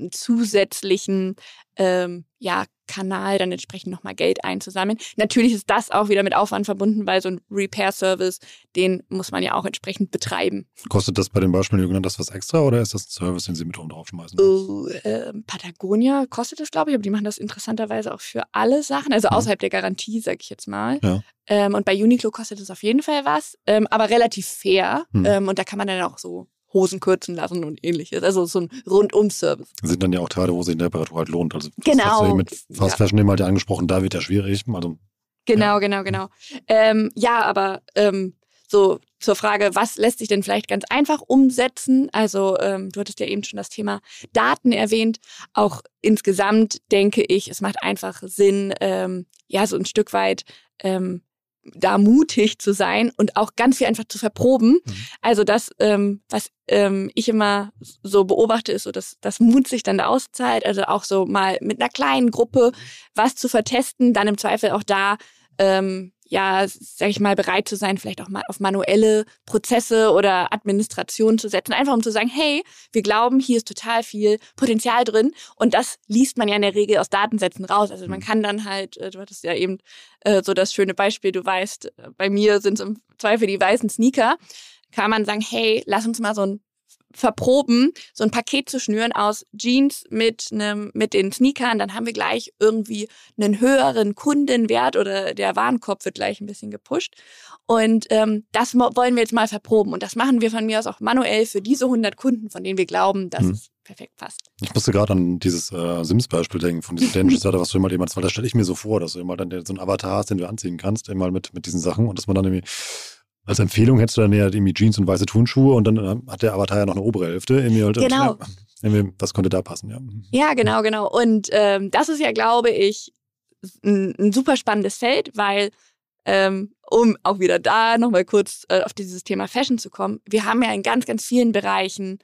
zusätzlichen ähm, ja, Kanal dann entsprechend nochmal Geld einzusammeln. Natürlich ist das auch wieder mit Aufwand verbunden, weil so ein Repair-Service, den muss man ja auch entsprechend betreiben. Kostet das bei den Beispielen, die du genannt hast, was extra oder ist das ein Service, den sie mit oben draufschmeißen? Uh, äh, Patagonia kostet das, glaube ich, aber die machen das interessanterweise auch für alle Sachen, also mhm. außerhalb der Garantie, sage ich jetzt mal. Ja. Ähm, und bei Uniqlo kostet es auf jeden Fall was, ähm, aber relativ fair. Mhm. Ähm, und da kann man dann auch so Hosen kürzen lassen und ähnliches. Also so ein Rundum-Service. Sind dann ja auch Teile, wo sich die Temperatur halt lohnt. Also das genau. hast du ja mit Fast Fashion eben halt ja angesprochen, da wird ja schwierig. Also, genau, ja. genau, genau. Ähm, ja, aber ähm, so zur Frage, was lässt sich denn vielleicht ganz einfach umsetzen? Also ähm, du hattest ja eben schon das Thema Daten erwähnt. Auch insgesamt denke ich, es macht einfach Sinn, ähm, ja, so ein Stück weit ähm, da mutig zu sein und auch ganz viel einfach zu verproben. Mhm. Also das, ähm, was ähm, ich immer so beobachte, ist so, dass das Mut sich dann da auszahlt. Also auch so mal mit einer kleinen Gruppe was zu vertesten, dann im Zweifel auch da ähm, ja, sag ich mal, bereit zu sein, vielleicht auch mal auf manuelle Prozesse oder Administration zu setzen, einfach um zu sagen, hey, wir glauben, hier ist total viel Potenzial drin und das liest man ja in der Regel aus Datensätzen raus. Also man kann dann halt, du hattest ja eben äh, so das schöne Beispiel, du weißt, bei mir sind es im Zweifel die weißen Sneaker, kann man sagen, hey, lass uns mal so ein verproben, so ein Paket zu schnüren aus Jeans mit einem mit den Sneakern, dann haben wir gleich irgendwie einen höheren Kundenwert oder der Warenkorb wird gleich ein bisschen gepusht. Und ähm, das wollen wir jetzt mal verproben. Und das machen wir von mir aus auch manuell für diese hundert Kunden, von denen wir glauben, dass hm. es perfekt passt. Ich musste gerade an dieses äh, Sims-Beispiel denken, von diesem Dangerous Setter, was du immer jemals, weil da stelle ich mir so vor, dass du immer dann so einen Avatar hast, den du anziehen kannst, immer mit, mit diesen Sachen und dass man dann irgendwie als Empfehlung hättest du dann ja irgendwie Jeans und weiße Turnschuhe und dann hat der Avatar ja noch eine obere Hälfte. Irgendwie halt, genau. Und, ja, was könnte da passen? Ja, ja genau, genau. Und ähm, das ist ja, glaube ich, ein, ein super spannendes Feld, weil ähm, um auch wieder da nochmal kurz äh, auf dieses Thema Fashion zu kommen, wir haben ja in ganz, ganz vielen Bereichen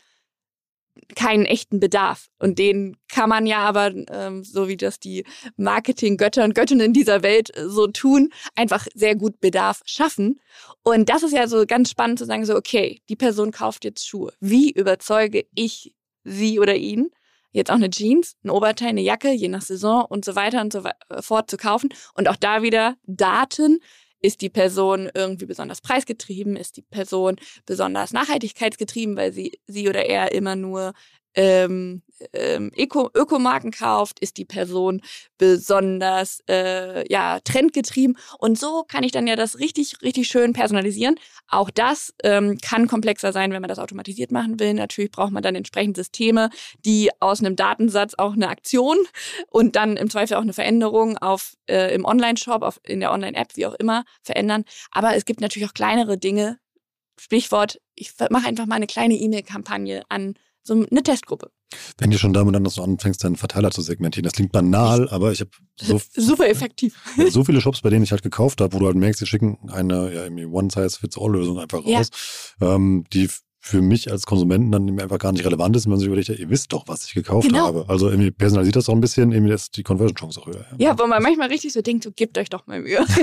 keinen echten Bedarf. Und den kann man ja aber, ähm, so wie das die Marketing-Götter und Göttinnen dieser Welt äh, so tun, einfach sehr gut Bedarf schaffen. Und das ist ja so ganz spannend zu sagen, so okay, die Person kauft jetzt Schuhe. Wie überzeuge ich sie oder ihn, jetzt auch eine Jeans, ein Oberteil, eine Jacke, je nach Saison und so weiter und so fort zu kaufen? Und auch da wieder Daten. Ist die Person irgendwie besonders preisgetrieben? Ist die Person besonders nachhaltigkeitsgetrieben, weil sie sie oder er immer nur ähm, ähm, Öko, Ökomarken kauft? Ist die Person besonders äh, ja trendgetrieben? Und so kann ich dann ja das richtig, richtig schön personalisieren. Auch das ähm, kann komplexer sein, wenn man das automatisiert machen will. Natürlich braucht man dann entsprechend Systeme, die aus einem Datensatz auch eine Aktion und dann im Zweifel auch eine Veränderung auf äh, im Online-Shop, auf, in der Online-App, wie auch immer, verändern. Aber es gibt natürlich auch kleinere Dinge. Stichwort, ich mache einfach mal eine kleine E-Mail-Kampagne an so eine Testgruppe. Wenn du schon damit dann, dass du anfängst, deinen Verteiler zu segmentieren, das klingt banal, ich, aber ich habe so super effektiv. Ja, so viele Shops, bei denen ich halt gekauft habe, wo du halt merkst, die schicken eine ja, One-Size-Fits-All-Lösung einfach ja. raus, ähm, die für mich als Konsumenten dann einfach gar nicht relevant ist, wenn man sich überlegt, ja, ihr wisst doch, was ich gekauft genau. habe. Also irgendwie personalisiert das auch ein bisschen, irgendwie ist die Conversion-Chance auch höher. Ja, ja, wo man manchmal richtig so denkt, so gebt euch doch mal Mühe.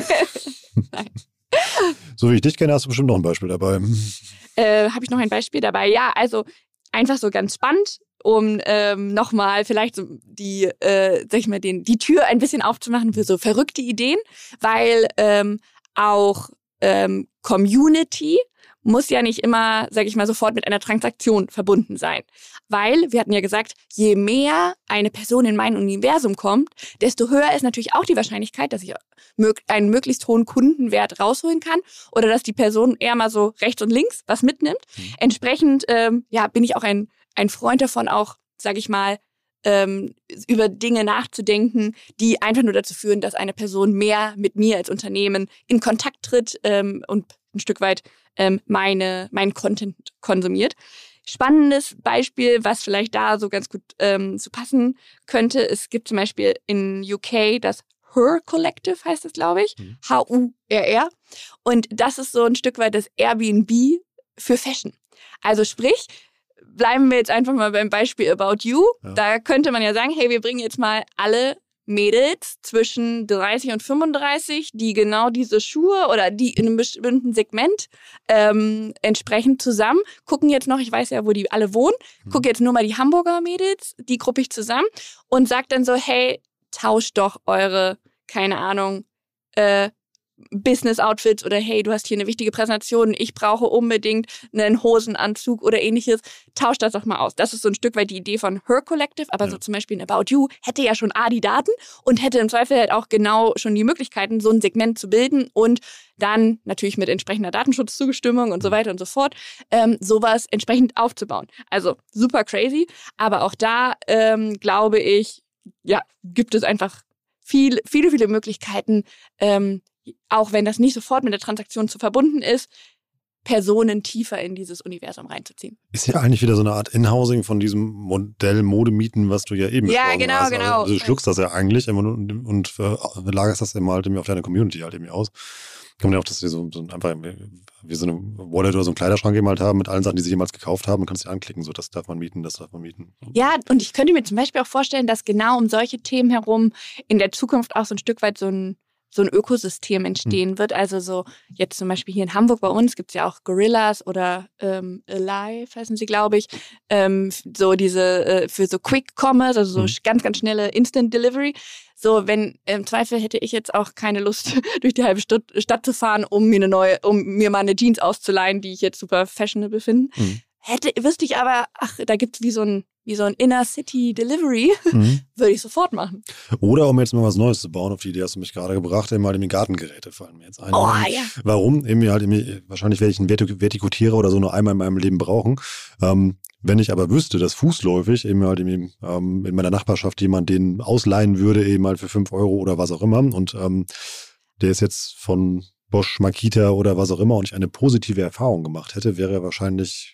Nein. So wie ich dich kenne, hast du bestimmt noch ein Beispiel dabei. Äh, habe ich noch ein Beispiel dabei? Ja, also einfach so ganz spannend, um ähm, nochmal vielleicht so die, äh, sag ich mal, den, die Tür ein bisschen aufzumachen für so verrückte Ideen, weil ähm, auch ähm, Community muss ja nicht immer, sag ich mal, sofort mit einer Transaktion verbunden sein. Weil, wir hatten ja gesagt, je mehr eine Person in mein Universum kommt, desto höher ist natürlich auch die Wahrscheinlichkeit, dass ich einen möglichst hohen Kundenwert rausholen kann oder dass die Person eher mal so rechts und links was mitnimmt. Mhm. Entsprechend ähm, ja, bin ich auch ein, ein Freund davon, auch, sag ich mal, ähm, über Dinge nachzudenken, die einfach nur dazu führen, dass eine Person mehr mit mir als Unternehmen in Kontakt tritt ähm, und ein Stück weit ähm, meine, meinen Content konsumiert. Spannendes Beispiel, was vielleicht da so ganz gut ähm, zu passen könnte. Es gibt zum Beispiel in U K das Her Collective heißt es, glaube ich. Mhm. H U R R. Und das ist so ein Stück weit das Airbnb für Fashion. Also sprich, bleiben wir jetzt einfach mal beim Beispiel About You. Ja. Da könnte man ja sagen, hey, wir bringen jetzt mal alle Mädels zwischen dreißig und fünfunddreißig, die genau diese Schuhe oder die in einem bestimmten Segment ähm, entsprechend zusammen, gucken jetzt noch, ich weiß ja, wo die alle wohnen, mhm. gucke jetzt nur mal die Hamburger Mädels, die gruppe ich zusammen und sag dann so, hey, tauscht doch eure, keine Ahnung, äh, Business-Outfits oder hey, du hast hier eine wichtige Präsentation, ich brauche unbedingt einen Hosenanzug oder ähnliches, tausch das doch mal aus. Das ist so ein Stück weit die Idee von Her Collective, aber ja. so zum Beispiel in About You hätte ja schon A, die Daten und hätte im Zweifel halt auch genau schon die Möglichkeiten, so ein Segment zu bilden und dann natürlich mit entsprechender Datenschutzzustimmung und so weiter und so fort, ähm, sowas entsprechend aufzubauen. Also super crazy, aber auch da ähm, glaube ich, ja, gibt es einfach viel, viele, viele Möglichkeiten, ähm, auch wenn das nicht sofort mit der Transaktion zu verbunden ist, Personen tiefer in dieses Universum reinzuziehen. Ist ja eigentlich wieder so eine Art Inhousing von diesem Modell Modemieten, was du ja eben ja, besprochen genau, hast. genau. Also, du schluckst das ja eigentlich und, und, und äh, lagerst das immer halt auf deine Community halt eben aus. Kann man ja auch, dass wir so, so einfach wie so eine Wallet oder so einen Kleiderschrank eben halt haben mit allen Sachen, die sie jemals gekauft haben. Man kann es ja anklicken, so das darf man mieten, das darf man mieten. Ja, und ich könnte mir zum Beispiel auch vorstellen, dass genau um solche Themen herum in der Zukunft auch so ein Stück weit so ein so ein Ökosystem entstehen hm. wird. Also so jetzt zum Beispiel hier in Hamburg bei uns gibt es ja auch Gorillas oder ähm, Alive heißen sie, glaube ich. Ähm, so diese äh, für so Quick Commerce, also so hm. ganz, ganz schnelle Instant Delivery. So, wenn im Zweifel hätte ich jetzt auch keine Lust, durch die halbe Stadt, Stadt zu fahren, um mir eine neue, um mir mal eine Jeans auszuleihen, die ich jetzt super fashionable finde. Hm. Hätte, wüsste ich aber, ach, da gibt es wie so ein wie so ein Inner-City-Delivery, mhm. würde ich sofort machen. Oder um jetzt mal was Neues zu bauen, auf die Idee hast du mich gerade gebracht, eben halt eben Gartengeräte fallen mir jetzt ein. Oh, ja. Warum? Eben halt eben, wahrscheinlich werde ich einen Vertikutierer oder so nur einmal in meinem Leben brauchen. Ähm, wenn ich aber wüsste, dass fußläufig eben halt eben ähm, in meiner Nachbarschaft jemand den ausleihen würde, eben halt für fünf Euro oder was auch immer und ähm, der ist jetzt von Bosch, Makita oder was auch immer und ich eine positive Erfahrung gemacht hätte, wäre er wahrscheinlich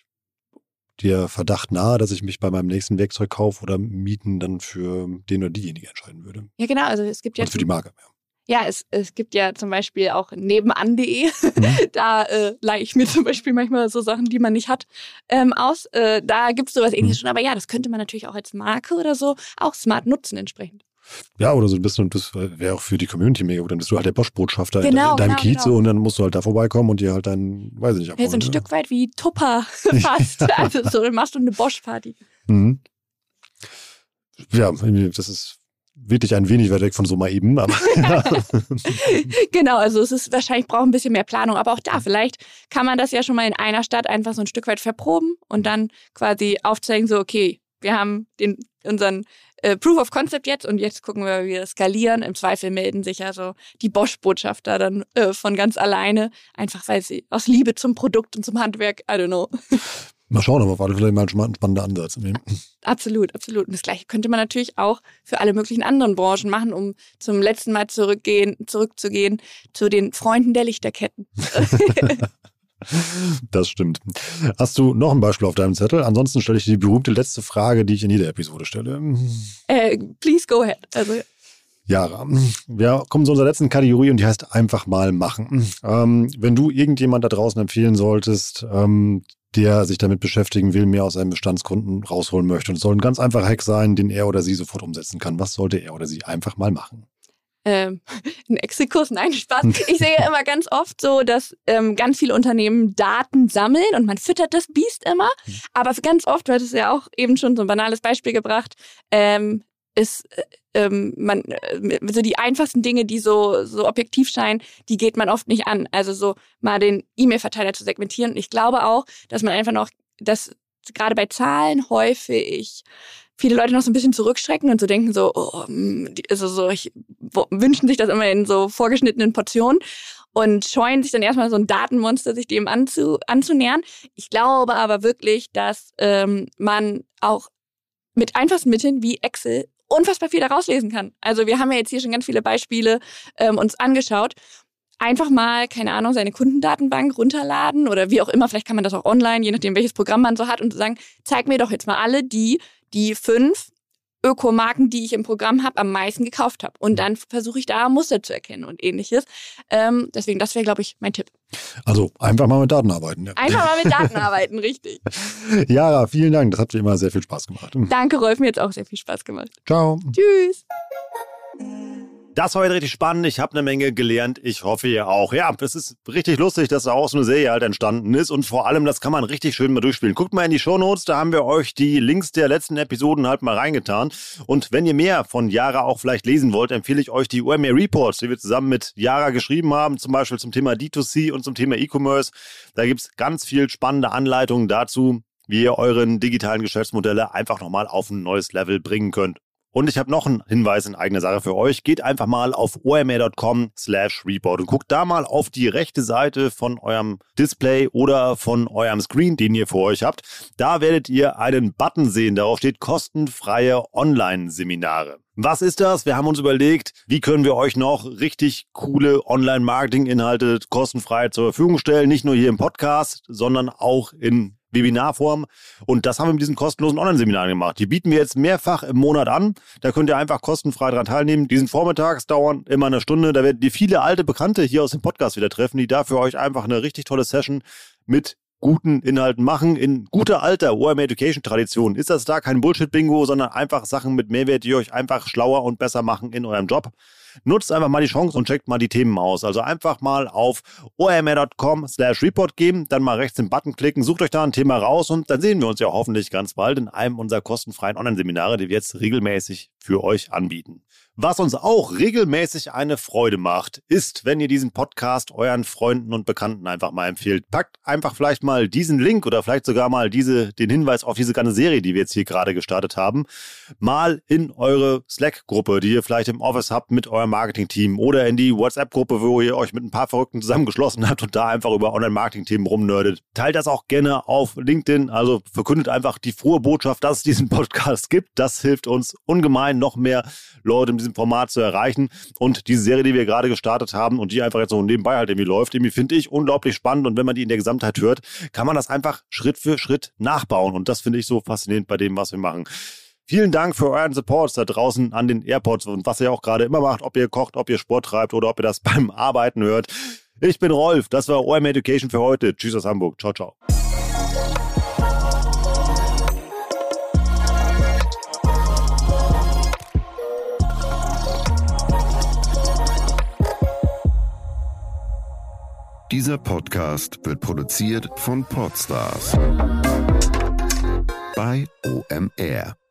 der Verdacht nahe, dass ich mich bei meinem nächsten Werkzeugkauf oder Mieten dann für den oder diejenige entscheiden würde. Ja, genau. Also es gibt ja und für die Marke. Ja, ja es, es gibt ja zum Beispiel auch nebenan punkt de. Mhm. Da äh, leihe ich mir zum Beispiel manchmal so Sachen, die man nicht hat, ähm, aus. Äh, da gibt es sowas Ähnliches mhm. schon. Aber ja, das könnte man natürlich auch als Marke oder so auch smart nutzen entsprechend. Ja, oder so ein bisschen, das wäre auch für die Community mega gut. Dann bist du halt der Bosch-Botschafter genau, in deinem genau, Kiez genau. und dann musst du halt da vorbeikommen und dir halt dein, weiß ich nicht, abholen. Ja, so ein ja. Stück weit wie Tupper fast. Also so, dann machst du eine Bosch-Party. Mhm. Ja, das ist wirklich ein wenig weit weg von so mal eben. Aber genau, also es ist wahrscheinlich braucht ein bisschen mehr Planung, aber auch da, vielleicht kann man das ja schon mal in einer Stadt einfach so ein Stück weit verproben und dann quasi aufzeigen, so okay, wir haben den, unseren äh, Proof of Concept jetzt und jetzt gucken wir, wie wir skalieren. Im Zweifel melden sich ja so die Bosch-Botschafter dann äh, von ganz alleine, einfach weil sie aus Liebe zum Produkt und zum Handwerk, I don't know. Mal schauen, aber auf alle Fälle mal ein spannender Ansatz. Absolut, absolut. Und das Gleiche könnte man natürlich auch für alle möglichen anderen Branchen machen, um zum letzten Mal zurückgehen, zurückzugehen zu den Freunden der Lichterketten. Das stimmt. Hast du noch ein Beispiel auf deinem Zettel? Ansonsten stelle ich dir die berühmte letzte Frage, die ich in jeder Episode stelle. Äh, please go ahead. Also Jara, wir kommen zu unserer letzten Kategorie und die heißt einfach mal machen. Ähm, wenn du irgendjemand da draußen empfehlen solltest, ähm, der sich damit beschäftigen will, mehr aus seinen Bestandskunden rausholen möchte und es soll ein ganz einfacher Hack sein, den er oder sie sofort umsetzen kann, was sollte er oder sie einfach mal machen? Ähm, ein Excel-Kurs, nein, Spaß. Ich sehe immer ganz oft so, dass ähm, ganz viele Unternehmen Daten sammeln und man füttert das Biest immer. Aber ganz oft, du hattest ja auch eben schon so ein banales Beispiel gebracht, ähm, ist äh, ähm, man äh, so die einfachsten Dinge, die so so objektiv scheinen, die geht man oft nicht an. Also so mal den E-Mail-Verteiler zu segmentieren. Und ich glaube auch, dass man einfach noch, dass gerade bei Zahlen häufig viele Leute noch so ein bisschen zurückschrecken und so denken so, oh, also so, ich, wo, wünschen sich das immer in so vorgeschnittenen Portionen und scheuen sich dann erstmal so ein Datenmonster, sich dem anzu, anzunähern. Ich glaube aber wirklich, dass ähm, man auch mit einfachsten Mitteln wie Excel unfassbar viel daraus lesen kann. Also wir haben ja jetzt hier schon ganz viele Beispiele ähm, uns angeschaut. Einfach mal, keine Ahnung, seine Kundendatenbank runterladen oder wie auch immer, vielleicht kann man das auch online, je nachdem, welches Programm man so hat und sagen, zeig mir doch jetzt mal alle die, die fünf Ökomarken, die ich im Programm habe, am meisten gekauft habe. Und dann versuche ich da Muster zu erkennen und ähnliches. Ähm, deswegen, das wäre, glaube ich, mein Tipp. Also einfach mal mit Daten arbeiten. Ja. Einfach mal mit Daten arbeiten, richtig. Jara, vielen Dank. Das hat mir immer sehr viel Spaß gemacht. Danke, Rolf. Mir hat es auch sehr viel Spaß gemacht. Ciao. Tschüss. Das war heute richtig spannend. Ich habe eine Menge gelernt. Ich hoffe, ihr auch. Ja, es ist richtig lustig, dass da auch so eine Serie halt entstanden ist. Und vor allem, das kann man richtig schön mal durchspielen. Guckt mal in die Shownotes, da haben wir euch die Links der letzten Episoden halt mal reingetan. Und wenn ihr mehr von Jara auch vielleicht lesen wollt, empfehle ich euch die O M R Reports, die wir zusammen mit Jara geschrieben haben. Zum Beispiel zum Thema D zwei C und zum Thema E-Commerce. Da gibt es ganz viel spannende Anleitungen dazu, wie ihr euren digitalen Geschäftsmodelle einfach nochmal auf ein neues Level bringen könnt. Und ich habe noch einen Hinweis in eigener Sache für euch. Geht einfach mal auf o m r punkt com slash report und guckt da mal auf die rechte Seite von eurem Display oder von eurem Screen, den ihr vor euch habt. Da werdet ihr einen Button sehen, darauf steht kostenfreie Online-Seminare. Was ist das? Wir haben uns überlegt, wie können wir euch noch richtig coole Online-Marketing-Inhalte kostenfrei zur Verfügung stellen. Nicht nur hier im Podcast, sondern auch in Webinarform. Und das haben wir mit diesen kostenlosen Online-Seminaren gemacht. Die bieten wir jetzt mehrfach im Monat an. Da könnt ihr einfach kostenfrei daran teilnehmen. Die sind vormittags, dauern immer eine Stunde. Da werdet ihr viele alte Bekannte hier aus dem Podcast wieder treffen, die da für euch einfach eine richtig tolle Session mit guten Inhalten machen. In guter alter O M R Education Tradition ist das da kein Bullshit-Bingo, sondern einfach Sachen mit Mehrwert, die euch einfach schlauer und besser machen in eurem Job. Nutzt einfach mal die Chance und checkt mal die Themen aus. Also einfach mal auf o m r punkt com slash report gehen, dann mal rechts den Button klicken, sucht euch da ein Thema raus und dann sehen wir uns ja hoffentlich ganz bald in einem unserer kostenfreien Online-Seminare, die wir jetzt regelmäßig für euch anbieten. Was uns auch regelmäßig eine Freude macht, ist, wenn ihr diesen Podcast euren Freunden und Bekannten einfach mal empfehlt. Packt einfach vielleicht mal diesen Link oder vielleicht sogar mal diese, den Hinweis auf diese ganze Serie, die wir jetzt hier gerade gestartet haben, mal in eure Slack-Gruppe, die ihr vielleicht im Office habt mit eurem Marketing-Team oder in die WhatsApp-Gruppe, wo ihr euch mit ein paar Verrückten zusammengeschlossen habt und da einfach über Online-Marketing-Themen rumnerdet. Teilt das auch gerne auf LinkedIn, also verkündet einfach die frohe Botschaft, dass es diesen Podcast gibt. Das hilft uns ungemein, noch mehr Leute in diesem Format zu erreichen. Und diese Serie, die wir gerade gestartet haben und die einfach jetzt so nebenbei halt irgendwie läuft, irgendwie finde ich unglaublich spannend. Und wenn man die in der Gesamtheit hört, kann man das einfach Schritt für Schritt nachbauen. Und das finde ich so faszinierend bei dem, was wir machen. Vielen Dank für euren Support da draußen an den AirPods und was ihr auch gerade immer macht, ob ihr kocht, ob ihr Sport treibt oder ob ihr das beim Arbeiten hört. Ich bin Rolf, das war O M R Education für heute. Tschüss aus Hamburg. Ciao, ciao. Dieser Podcast wird produziert von Podstars bei O M R.